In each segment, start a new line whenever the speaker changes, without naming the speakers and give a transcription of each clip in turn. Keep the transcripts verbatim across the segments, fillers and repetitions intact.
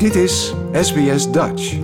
Dit is S B S Dutch.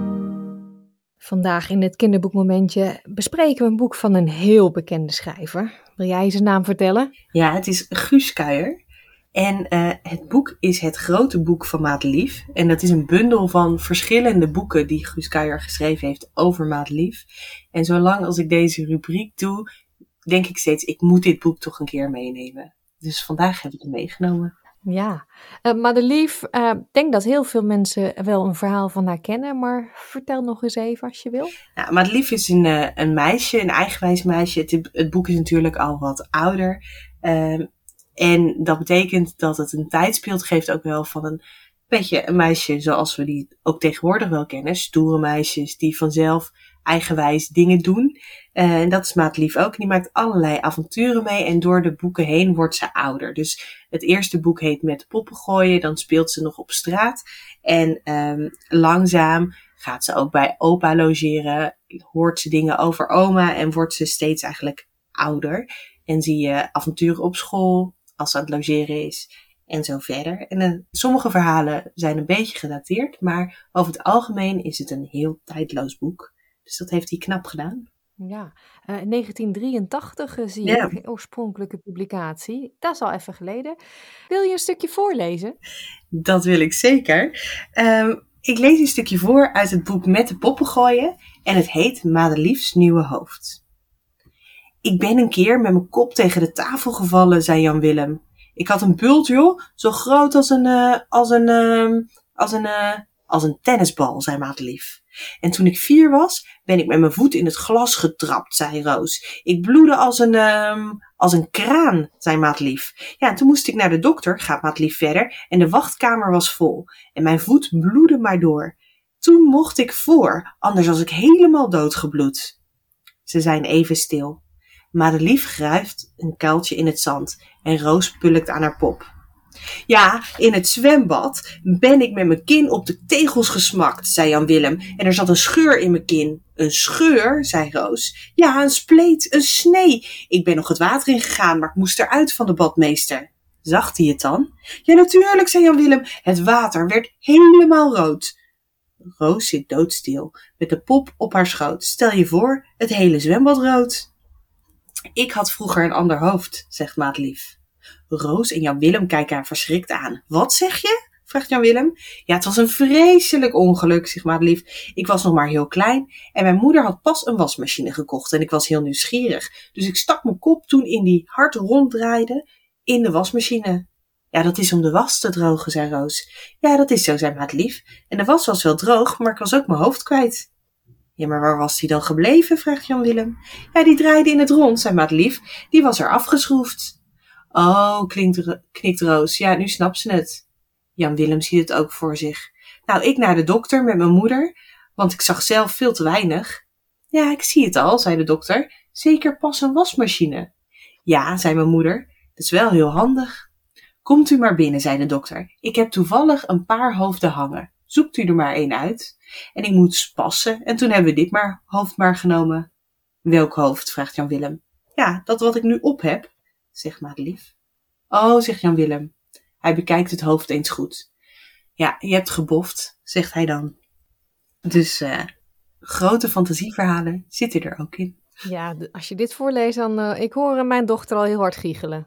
Vandaag in het kinderboekmomentje bespreken we een boek van een heel bekende schrijver. Wil jij zijn naam vertellen?
Ja, het is Guus Kuijer. En uh, het boek is Het Grote Boek van Madelief. En dat is een bundel van verschillende boeken die Guus Kuijer geschreven heeft over Madelief. En zolang als ik deze rubriek doe, denk ik steeds, ik moet dit boek toch een keer meenemen. Dus vandaag heb ik het meegenomen.
Ja, uh, Madelief, ik uh, denk dat heel veel mensen wel een verhaal van haar kennen, maar vertel nog eens even als je wil.
Nou, Madelief is een, uh, een meisje, een eigenwijs meisje. Het, het boek is natuurlijk al wat ouder. Uh, en dat betekent dat het een tijdsbeeld geeft ook wel van een beetje een meisje zoals we die ook tegenwoordig wel kennen. Stoere meisjes die vanzelf eigenwijs dingen doen. Uh, en dat is Madelief ook. Die maakt allerlei avonturen mee en door de boeken heen wordt ze ouder. Dus het eerste boek heet Met de poppen gooien. Dan speelt ze nog op straat. En um, langzaam gaat ze ook bij opa logeren. Hoort ze dingen over oma en wordt ze steeds eigenlijk ouder. En zie je avonturen op school als ze aan het logeren is. En zo verder. En uh, sommige verhalen zijn een beetje gedateerd. Maar over het algemeen is het een heel tijdloos boek. Dus dat heeft hij knap gedaan.
Ja, uh, in negentien drieëntachtig uh, zie
Ja.
ik, oorspronkelijke publicatie. Dat is al even geleden. Wil je een stukje voorlezen?
Dat wil ik zeker. Um, ik lees een stukje voor uit het boek Met de poppen gooien. En het heet Madelief's nieuwe hoofd. Ik ben een keer met mijn kop tegen de tafel gevallen, zei Jan Willem. Ik had een bult, joh, zo groot als een, uh, als een, uh, als een, uh, als een tennisbal, zei Madelief. En toen ik vier was, ben ik met mijn voet in het glas getrapt, zei Roos. Ik bloedde als een, um, als een kraan, zei Madelief. Ja, en toen moest ik naar de dokter, gaat Madelief verder, en de wachtkamer was vol. En mijn voet bloedde maar door. Toen mocht ik voor, anders was ik helemaal doodgebloed. Ze zijn even stil. Madelief gruift een kuiltje in het zand en Roos pulkt aan haar pop. Ja, in het zwembad ben ik met mijn kin op de tegels gesmakt, zei Jan Willem. En er zat een scheur in mijn kin. Een scheur, zei Roos. Ja, een spleet, een snee. Ik ben nog het water ingegaan, maar ik moest eruit van de badmeester. Zag hij het dan? Ja, natuurlijk, zei Jan Willem. Het water werd helemaal rood. Roos zit doodstil, met de pop op haar schoot. Stel je voor, het hele zwembad rood. Ik had vroeger een ander hoofd, zegt Madelief. Roos en Jan Willem kijken haar verschrikt aan. Wat zeg je? Vraagt Jan Willem. Ja, het was een vreselijk ongeluk, zegt Madelief. Ik was nog maar heel klein en mijn moeder had pas een wasmachine gekocht en ik was heel nieuwsgierig. Dus ik stak mijn kop toen in die hard ronddraaide in de wasmachine. Ja, dat is om de was te drogen, zei Roos. Ja, dat is zo, zei Madelief. En de was was wel droog, maar ik was ook mijn hoofd kwijt. Ja, maar waar was die dan gebleven? Vraagt Jan Willem. Ja, die draaide in het rond, zei Madelief. Die was er afgeschroefd. Oh, klinkt, knikt Roos. Ja, nu snapt ze het. Jan Willem ziet het ook voor zich. Nou, ik naar de dokter met mijn moeder, want ik zag zelf veel te weinig. Ja, ik zie het al, zei de dokter. Zeker pas een wasmachine. Ja, zei mijn moeder. Dat is wel heel handig. Komt u maar binnen, zei de dokter. Ik heb toevallig een paar hoofden hangen. Zoekt u er maar één uit. En ik moet passen. En toen hebben we dit maar hoofd maar genomen. Welk hoofd? Vraagt Jan Willem. Ja, dat wat ik nu op heb, zegt Madelief. Oh, zegt Jan Willem. Hij bekijkt het hoofd eens goed. Ja, je hebt geboft, zegt hij dan. Dus uh, grote fantasieverhalen zitten er ook in.
Ja, als je dit voorleest, dan uh, ik hoor mijn dochter al heel hard giechelen.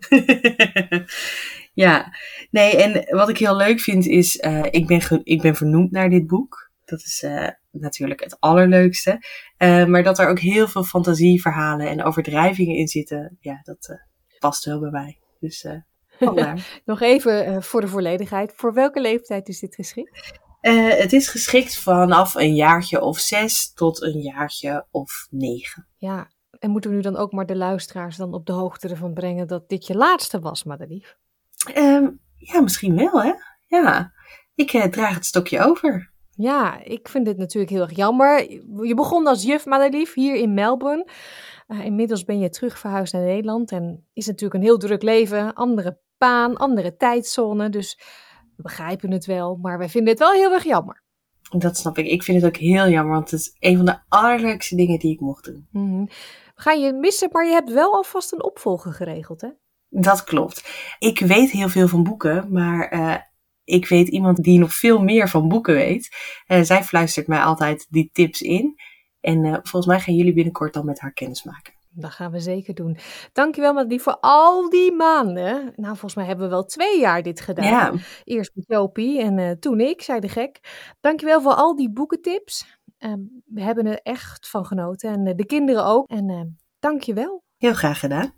Ja, nee, en wat ik heel leuk vind is, uh, ik, ben ge- ik ben vernoemd naar dit boek. Dat is uh, natuurlijk het allerleukste. Uh, maar dat er ook heel veel fantasieverhalen en overdrijvingen in zitten, ja, dat uh, past wel bij mij. Dus uh, vandaar.
Nog even uh, voor de volledigheid. Voor welke leeftijd is dit geschikt?
Uh, het is geschikt vanaf een jaartje of zes tot een jaartje of negen.
Ja, en moeten we nu dan ook maar de luisteraars dan op de hoogte ervan brengen dat dit je laatste was, Madelief?
Um, ja, misschien wel, hè? Ja, ik uh, draag het stokje over.
Ja, ik vind dit natuurlijk heel erg jammer. Je begon als juf, Madelief, hier in Melbourne. Uh, inmiddels ben je terug verhuisd naar Nederland en is natuurlijk een heel druk leven. Andere baan, andere tijdzone, dus we begrijpen het wel. Maar wij vinden het wel heel erg jammer.
Dat snap ik. Ik vind het ook heel jammer, want het is een van de allerleukste dingen die ik mocht doen.
Mm-hmm. We gaan je missen, maar je hebt wel alvast een opvolger geregeld, hè?
Dat klopt. Ik weet heel veel van boeken, maar uh, ik weet iemand die nog veel meer van boeken weet. Uh, zij fluistert mij altijd die tips in. En uh, volgens mij gaan jullie binnenkort dan met haar kennis maken.
Dat gaan we zeker doen. Dankjewel Madelief voor al die maanden. Nou, volgens mij hebben we wel twee jaar dit gedaan.
Ja.
Eerst met Jopie en uh, toen ik, zei de gek. Dankjewel voor al die boekentips. Uh, we hebben er echt van genoten. En uh, de kinderen ook. En uh, dankjewel.
Heel graag gedaan.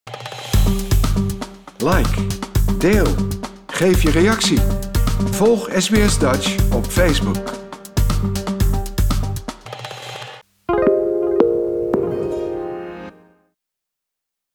Like, deel, geef je reactie. Volg S B S Dutch op Facebook.